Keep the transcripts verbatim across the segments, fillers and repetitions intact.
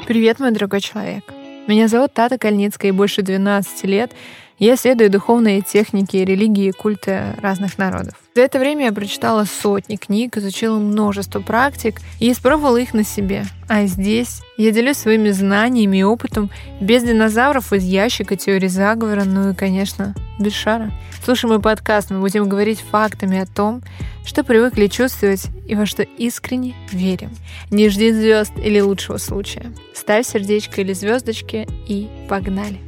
Привет, мой дорогой человек. Меня зовут Тата Кальницкая, и больше двенадцати лет я исследую духовные техники, религии и культы разных народов. За это время я прочитала сотни книг, изучила множество практик и испробовала их на себе. А здесь я делюсь своими знаниями и опытом без динозавров из ящика, теории заговора, ну и, конечно, без шара. Слушай мой подкаст, мы будем говорить фактами о том, что привыкли чувствовать и во что искренне верим. Не жди звезд или лучшего случая. Ставь сердечко или звездочки и погнали.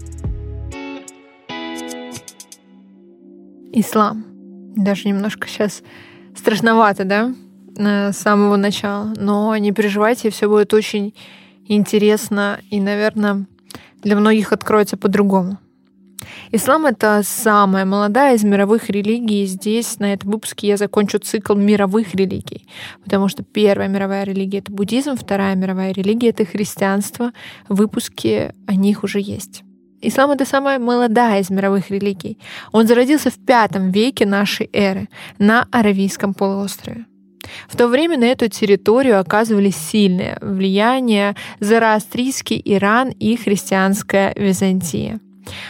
Ислам. Даже немножко сейчас страшновато, да, с самого начала. Но не переживайте, все будет очень интересно и, наверное, для многих откроется по-другому. Ислам — это самая молодая из мировых религий. И здесь, на этом выпуске, я закончу цикл мировых религий. Потому что первая мировая религия — это буддизм, вторая мировая религия — это христианство. Выпуски о них уже есть. Ислам — это самая молодая из мировых религий. Он зародился в пятом веке нашей эры на Аравийском полуострове. В то время на эту территорию оказывали сильное влияние зороастрийский Иран и христианская Византия.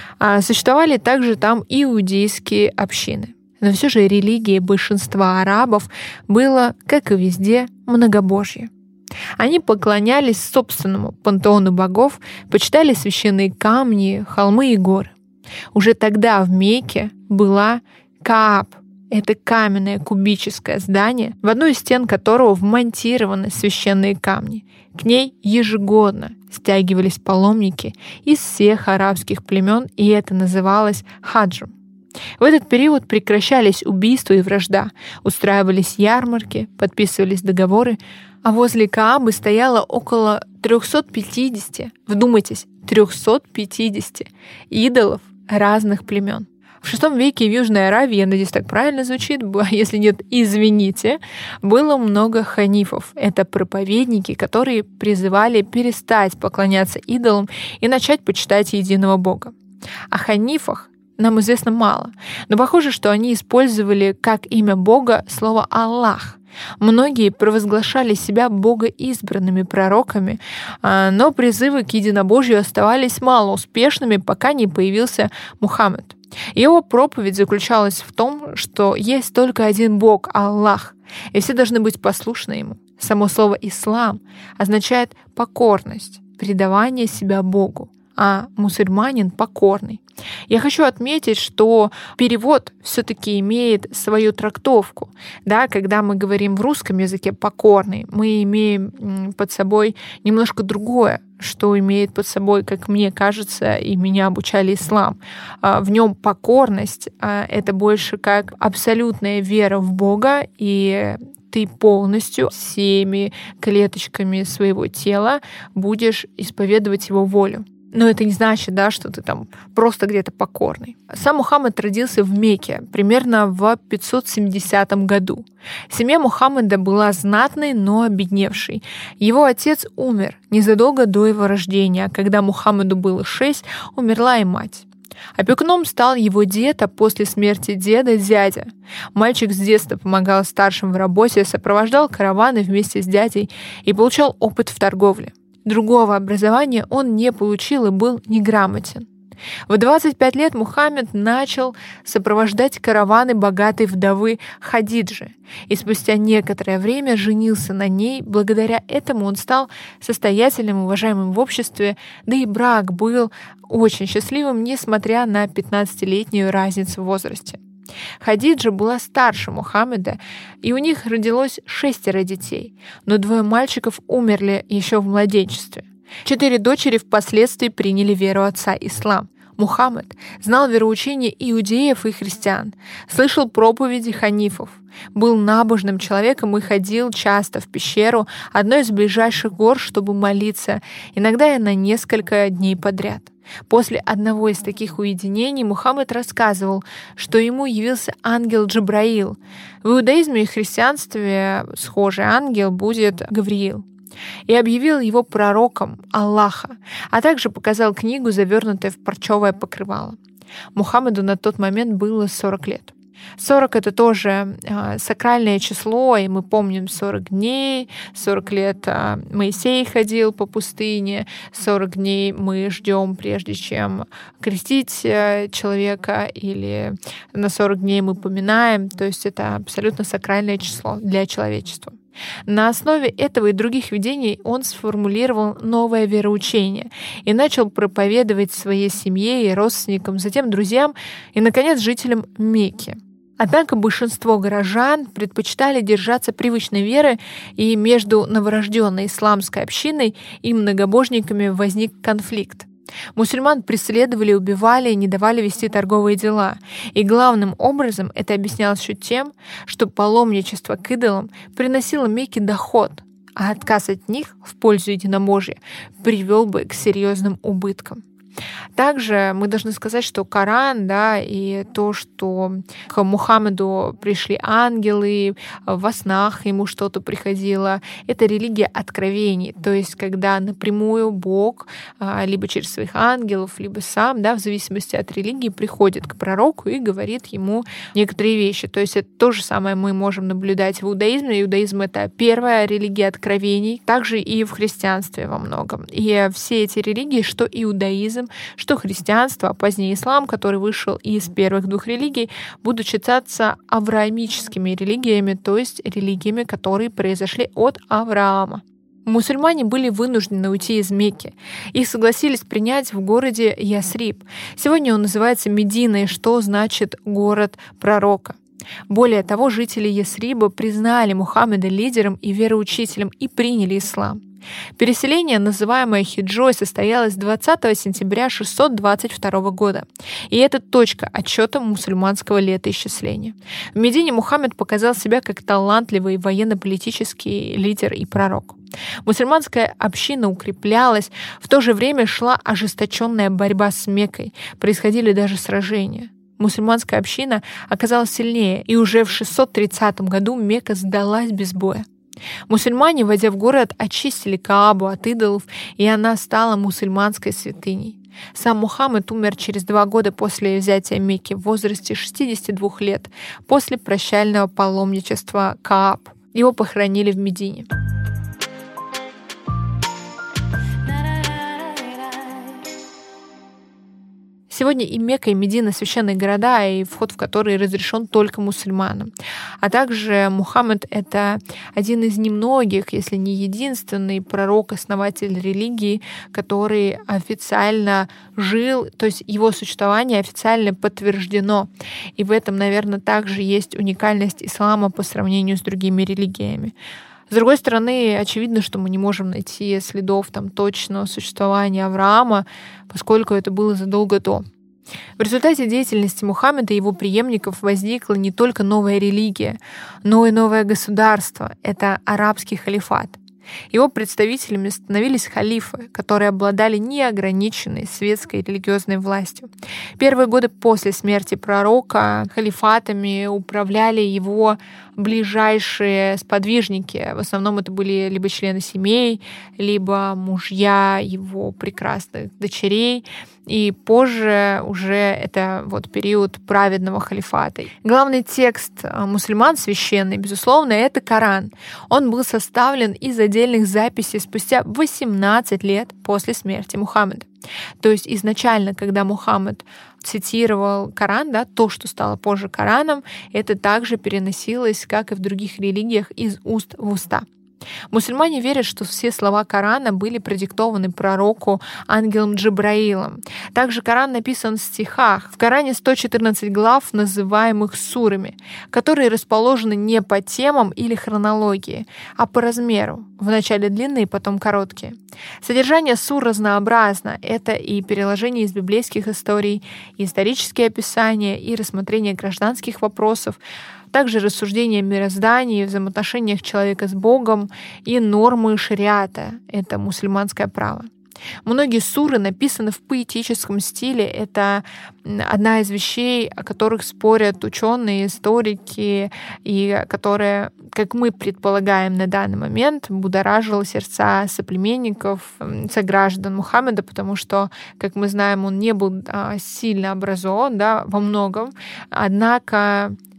А существовали также там иудейские общины. Но все же религией большинства арабов было, как и везде, многобожье. Они поклонялись собственному пантеону богов, почитали священные камни, холмы и горы. Уже тогда в Мекке была Кааб. Это каменное кубическое здание, в одну из стен которого вмонтированы священные камни. К ней ежегодно стягивались паломники из всех арабских племен, и это называлось хаджем. В этот период прекращались убийства и вражда, устраивались ярмарки, подписывались договоры, а возле Каабы стояло около триста пятьдесят, вдумайтесь, триста пятьдесят идолов разных племен. В шестом веке в Южной Аравии, я надеюсь, так правильно звучит, если нет, извините, было много ханифов. Это проповедники, которые призывали перестать поклоняться идолам и начать почитать единого Бога. О ханифах нам известно мало, но похоже, что они использовали как имя Бога слово «Аллах». Многие провозглашали себя богоизбранными пророками, но призывы к единобожию оставались малоуспешными, пока не появился Мухаммед. Его проповедь заключалась в том, что есть только один Бог — Аллах, и все должны быть послушны Ему. Само слово «ислам» означает покорность, предавание себя Богу, а мусульманин — покорный. Я хочу отметить, что перевод все-таки имеет свою трактовку. Да, когда мы говорим в русском языке «покорный», мы имеем под собой немножко другое, что имеет под собой, как мне кажется, и меня обучали ислам. В нем покорность — это больше как абсолютная вера в Бога, и ты полностью всеми клеточками своего тела будешь исповедовать Его волю. Но это не значит, да, что ты там просто где-то покорный. Сам Мухаммед родился в Мекке примерно в пятьсот семидесятом году. Семья Мухаммеда была знатной, но обедневшей. Его отец умер незадолго до его рождения, а когда Мухаммеду было шесть, умерла и мать. Опекуном стал его дед, а после смерти деда — дядя. Мальчик с детства помогал старшим в работе, сопровождал караваны вместе с дядей и получал опыт в торговле. Другого образования он не получил и был неграмотен. В двадцать пять лет Мухаммед начал сопровождать караваны богатой вдовы Хадиджи, и спустя некоторое время женился на ней. Благодаря этому он стал состоятельным, уважаемым в обществе, да и брак был очень счастливым, несмотря на пятнадцатилетнюю разницу в возрасте. Хадиджа была старше Мухаммеда, и у них родилось шестеро детей, но двое мальчиков умерли еще в младенчестве. Четыре дочери впоследствии приняли веру отца — ислам. Мухаммед знал вероучение иудеев и христиан, слышал проповеди ханифов, был набожным человеком и ходил часто в пещеру, одной из ближайших гор, чтобы молиться, иногда и на несколько дней подряд. После одного из таких уединений Мухаммед рассказывал, что ему явился ангел Джабраил. В иудаизме и христианстве схожий ангел будет Гавриил. И объявил его пророком Аллаха, а также показал книгу, завернутую в парчевое покрывало. Мухаммеду на тот момент было сорок лет. сорок — это тоже э, сакральное число, и мы помним сорок дней, сорок лет э, Моисей ходил по пустыне, сорок дней мы ждем, прежде чем крестить э, человека, или на сорок дней мы поминаем, то есть это абсолютно сакральное число для человечества. На основе этого и других видений он сформулировал новое вероучение и начал проповедовать своей семье и родственникам, затем друзьям и, наконец, жителям Мекки. Однако большинство горожан предпочитали держаться привычной веры, и между новорожденной исламской общиной и многобожниками возник конфликт. Мусульман преследовали, убивали и не давали вести торговые дела. И главным образом это объяснялось еще тем, что паломничество к идолам приносило Мекке доход, а отказ от них в пользу единобожия привел бы к серьезным убыткам. Также мы должны сказать, что Коран, да, и то, что к Мухаммеду пришли ангелы, во снах ему что-то приходило, это религия откровений. То есть, когда напрямую Бог, либо через своих ангелов, либо сам, да, в зависимости от религии, приходит к пророку и говорит ему некоторые вещи. То есть, это то же самое мы можем наблюдать в иудаизме. Иудаизм — это первая религия откровений, также и в христианстве во многом. И все эти религии, что иудаизм, что христианство, а позднее ислам, который вышел из первых двух религий, будут считаться авраамическими религиями, то есть религиями, которые произошли от Авраама. Мусульмане были вынуждены уйти из Мекки. Их согласились принять в городе Ясриб. Сегодня он называется Мединой, что значит «город пророка». Более того, жители Ясриба признали Мухаммеда лидером и вероучителем и приняли ислам. Переселение, называемое хиджой, состоялось двадцатого сентября шестьсот двадцать второго года, и это точка отсчета мусульманского летоисчисления. В Медине Мухаммед показал себя как талантливый военно-политический лидер и пророк. Мусульманская община укреплялась, в то же время шла ожесточенная борьба с Меккой, происходили даже сражения. Мусульманская община оказалась сильнее, и уже в шестьсот тридцатом году Мекка сдалась без боя. Мусульмане, войдя в город, очистили Каабу от идолов, и она стала мусульманской святыней. Сам Мухаммед умер через два года после взятия Мекки в возрасте шестидесяти двух лет, после прощального паломничества Кааб. Его похоронили в Медине. Сегодня и Мекка, и Медина — священные города, и вход в которые разрешен только мусульманам. А также Мухаммед — это один из немногих, если не единственный пророк-основатель религии, который официально жил, то есть его существование официально подтверждено. И в этом, наверное, также есть уникальность ислама по сравнению с другими религиями. С другой стороны, очевидно, что мы не можем найти следов там точного существования Авраама, поскольку это было задолго до. В результате деятельности Мухаммеда и его преемников возникла не только новая религия, но и новое государство — это арабский халифат. Его представителями становились халифы, которые обладали неограниченной светской и религиозной властью. Первые годы после смерти пророка халифатами управляли его ближайшие сподвижники. В основном это были либо члены семей, либо мужья его прекрасных дочерей. И позже уже это вот период праведного халифата. Главный текст мусульман священный, безусловно, это Коран. Он был составлен из отдельных записей спустя восемнадцать лет после смерти Мухаммеда. То есть изначально, когда Мухаммед цитировал Коран, да, то, что стало позже Кораном, это также переносилось, как и в других религиях, из уст в уста. Мусульмане верят, что все слова Корана были продиктованы пророку ангелом Джибраилом. Также Коран написан в стихах. В Коране сто четырнадцать глав, называемых сурами, которые расположены не по темам или хронологии, а по размеру. Вначале длинные, потом короткие. Содержание сур разнообразно. Это и переложение из библейских историй, и исторические описания, и рассмотрение гражданских вопросов, также рассуждения о мироздании, взаимоотношениях человека с Богом и нормы шариата — это мусульманское право. Многие суры написаны в поэтическом стиле. Это одна из вещей, о которых спорят ученые, историки, и которая, как мы предполагаем на данный момент, будоражила сердца соплеменников, сограждан Мухаммеда, потому что, как мы знаем, он не был сильно образован, да, во многом. Однако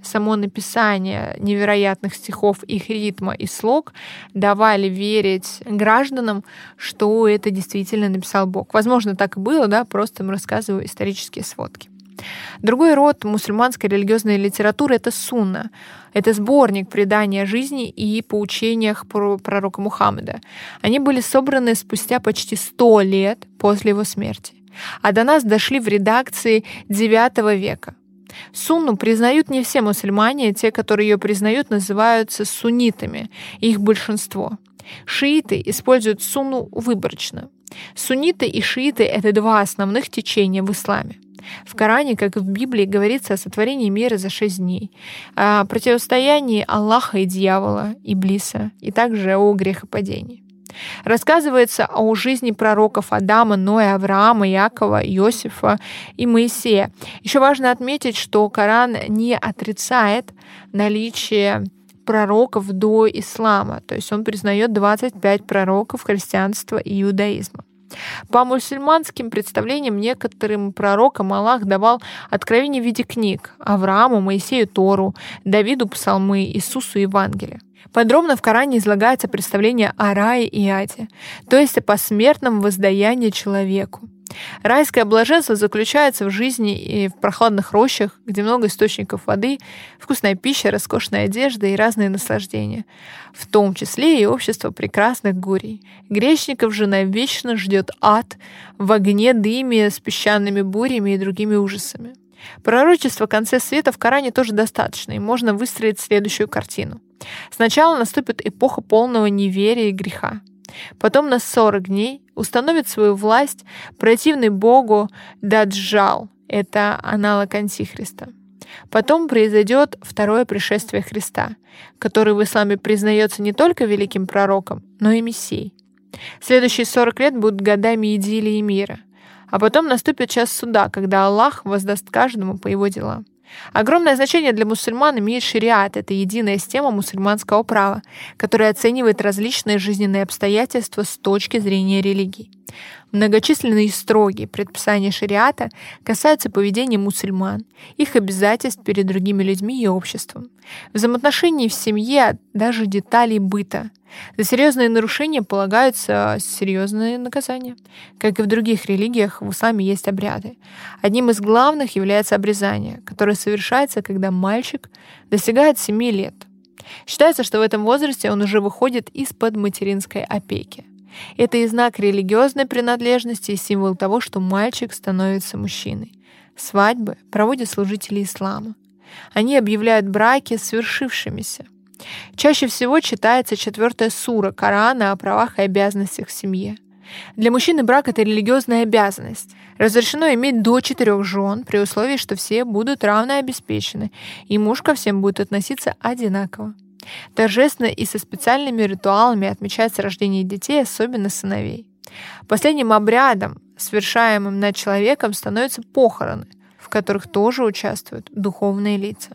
само написание невероятных стихов, их ритма и слог давали верить гражданам, что это действительно написал Бог. Возможно, так и было, да, просто им рассказываю исторические сводки. Другой род мусульманской религиозной литературы — это сунна. Это сборник преданий о жизни и поучениях про пророка Мухаммеда. Они были собраны спустя почти сто лет после его смерти, а до нас дошли в редакции девятого века. Сунну признают не все мусульмане, те, которые ее признают, называются суннитами, их большинство. Шииты используют сунну выборочно. Сунниты и шииты — это два основных течения в исламе. В Коране, как и в Библии, говорится о сотворении мира за шесть дней, о противостоянии Аллаха и дьявола, Иблиса, и также о грехопадении. Рассказывается о жизни пророков Адама, Ноя, Авраама, Иакова, Иосифа и Моисея. Еще важно отметить, что Коран не отрицает наличие пророков до ислама, то есть он признает двадцать пять пророков христианства и иудаизма. По мусульманским представлениям некоторым пророкам Аллах давал откровения в виде книг: Аврааму, Моисею — Тору, Давиду — псалмы, Иисусу — Евангелие. Подробно в Коране излагается представление о рае и аде, то есть о посмертном воздаянии человеку. Райское блаженство заключается в жизни и в прохладных рощах, где много источников воды, вкусная пища, роскошная одежда и разные наслаждения, в том числе и общество прекрасных гурий. Грешников же навечно ждет ад в огне, дыме, с песчаными бурями и другими ужасами. Пророчества о конце света в Коране тоже достаточно, и можно выстроить следующую картину. Сначала наступит эпоха полного неверия и греха. Потом на сорок дней установит свою власть противный Богу Даджал, это аналог Антихриста. Потом произойдет второе пришествие Христа, который в исламе признается не только великим пророком, но и мессией. Следующие сорок лет будут годами идиллии и мира. А потом наступит час суда, когда Аллах воздаст каждому по его делам. Огромное значение для мусульман имеет шариат — это единая система мусульманского права, которая оценивает различные жизненные обстоятельства с точки зрения религии. Многочисленные и строгие предписания шариата касаются поведения мусульман, их обязательств перед другими людьми и обществом, взаимоотношений в семье, даже деталей быта. За серьезные нарушения полагаются серьезные наказания. Как и в других религиях, в исламе есть обряды. Одним из главных является обрезание, которое совершается, когда мальчик достигает семи лет. Считается, что в этом возрасте он уже выходит из-под материнской опеки. Это и знак религиозной принадлежности, и символ того, что мальчик становится мужчиной. Свадьбы проводят служители ислама. Они объявляют браки свершившимися. Чаще всего читается четвертая сура Корана о правах и обязанностях в семье. Для мужчины брак — это религиозная обязанность. Разрешено иметь до четырех жен при условии, что все будут равно обеспечены, и муж ко всем будет относиться одинаково. Торжественно и со специальными ритуалами отмечается рождение детей, особенно сыновей. Последним обрядом, совершаемым над человеком, становятся похороны, в которых тоже участвуют духовные лица.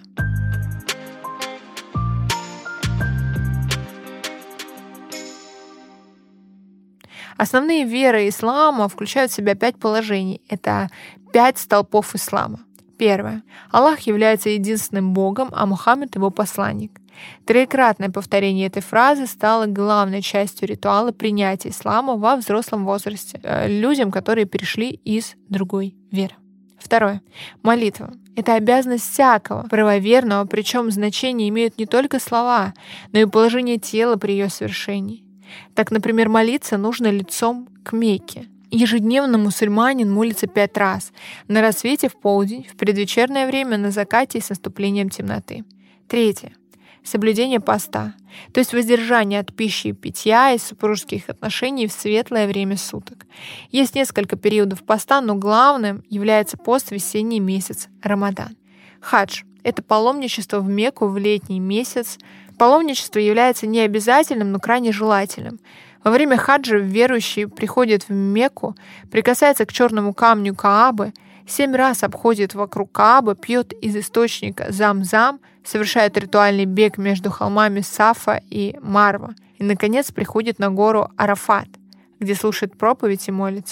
Основные веры ислама включают в себя пять положений. Это пять столпов ислама. Первое. Аллах является единственным Богом, а Мухаммед — его посланник. Троекратное повторение этой фразы стало главной частью ритуала принятия ислама во взрослом возрасте людям, которые перешли из другой веры. Второе. Молитва. Это обязанность всякого правоверного, причем значение имеют не только слова, но и положение тела при ее совершении. Так, например, молиться нужно лицом к Мекке. Ежедневно мусульманин молится пять раз: на рассвете, в полдень, в предвечернее время, на закате и с наступлением темноты. Третье. Соблюдение поста, то есть воздержание от пищи и питья и супружеских отношений в светлое время суток. Есть несколько периодов поста, но главным является пост в весенний месяц Рамадан. Хадж — это паломничество в Мекку в летний месяц. Паломничество является необязательным, но крайне желательным. Во время хаджа верующий приходит в Мекку, прикасается к черному камню Каабы, семь раз обходит вокруг Каабы, пьет из источника Зам-Зам, совершает ритуальный бег между холмами Сафа и Марва и, наконец, приходит на гору Арафат, где слушает проповедь и молится.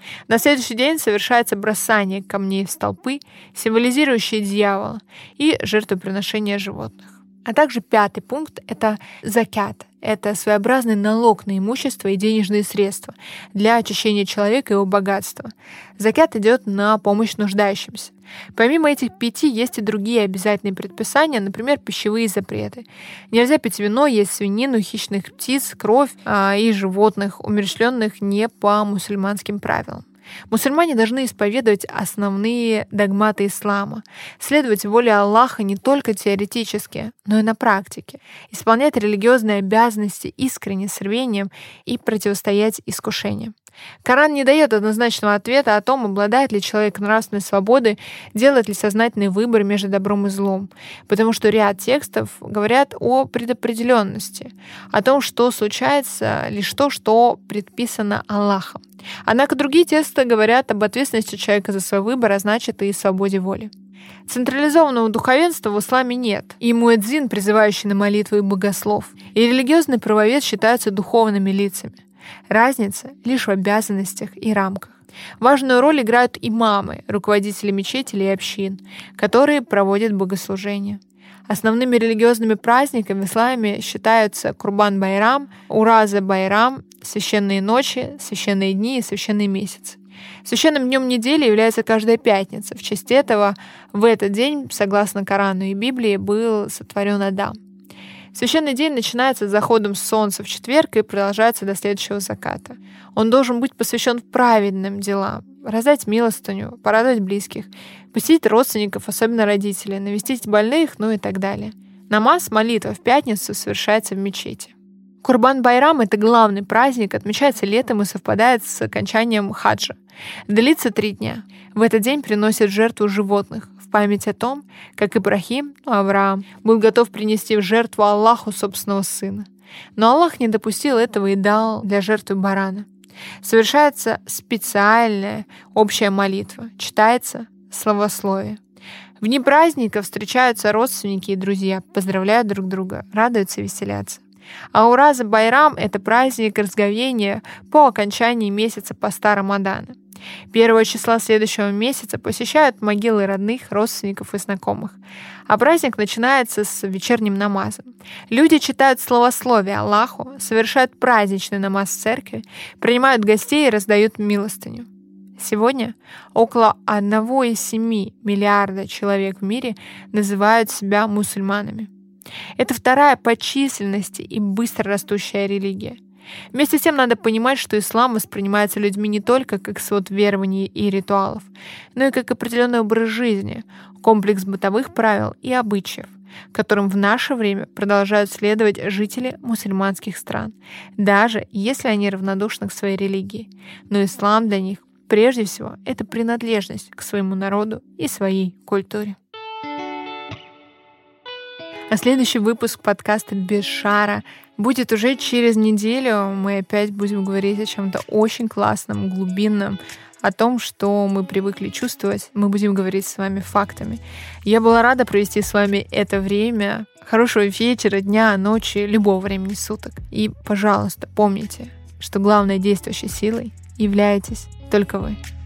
На следующий день совершается бросание камней в столпы, символизирующие дьявола, и жертвоприношение животных. А также пятый пункт — это закят. Это своеобразный налог на имущество и денежные средства для очищения человека и его богатства. Закят идет на помощь нуждающимся. Помимо этих пяти есть и другие обязательные предписания, например, пищевые запреты. Нельзя пить вино, есть свинину, хищных птиц, кровь а, и животных, умерщвленных не по мусульманским правилам. Мусульмане должны исповедовать основные догматы ислама, следовать воле Аллаха не только теоретически, но и на практике, исполнять религиозные обязанности искренне, с рвением и противостоять искушениям. Коран не дает однозначного ответа о том, обладает ли человек нравственной свободой, делает ли сознательный выбор между добром и злом, потому что ряд текстов говорят о предопределенности, о том, что случается лишь то, что предписано Аллахом. Однако другие тексты говорят об ответственности человека за свой выбор, а значит и свободе воли. Централизованного духовенства в исламе нет. И муэдзин, призывающий на молитву, и богослов, и религиозный правовед считаются духовными лицами. Разница лишь в обязанностях и рамках. Важную роль играют имамы, руководители мечетей и общин, которые проводят богослужения. Основными религиозными праздниками в исламе считаются Курбан-Байрам, Ураза-Байрам, священные ночи, священные дни и священные месяцы. Священным днем недели является каждая пятница. В честь этого в этот день, согласно Корану и Библии, был сотворен Адам. Священный день начинается с заходом солнца в четверг и продолжается до следующего заката. Он должен быть посвящен праведным делам: раздать милостыню, порадовать близких, посетить родственников, особенно родителей, навестить больных, ну и так далее. Намаз, молитва в пятницу совершается в мечети. Курбан-Байрам — это главный праздник, отмечается летом и совпадает с окончанием хаджа. Длится три дня. В этот день приносят жертву животных в память о том, как Ибрахим, ну, Авраам, был готов принести в жертву Аллаху собственного сына. Но Аллах не допустил этого и дал для жертвы барана. Совершается специальная общая молитва, читается словословие. В дни праздника встречаются родственники и друзья, поздравляют друг друга, радуются и веселятся. А Ураза Байрам — это праздник разговения по окончании месяца поста Рамадана. Первого числа следующего месяца посещают могилы родных, родственников и знакомых. А праздник начинается с вечерним намазом. Люди читают словословие Аллаху, совершают праздничный намаз в церкви, принимают гостей и раздают милостыню. Сегодня около одного целых семи десятых миллиарда человек в мире называют себя мусульманами. Это вторая по численности и быстро растущая религия. Вместе с тем надо понимать, что ислам воспринимается людьми не только как свод верований и ритуалов, но и как определенный образ жизни, комплекс бытовых правил и обычаев, которым в наше время продолжают следовать жители мусульманских стран, даже если они равнодушны к своей религии. Но ислам для них прежде всего это принадлежность к своему народу и своей культуре. А следующий выпуск подкаста «Без шара» будет уже через неделю. Мы опять будем говорить о чем-то очень классном, глубинном, о том, что мы привыкли чувствовать. Мы будем говорить с вами фактами. Я была рада провести с вами это время. Хорошего вечера, дня, ночи, любого времени суток. И, пожалуйста, помните, что главной действующей силой являетесь только вы.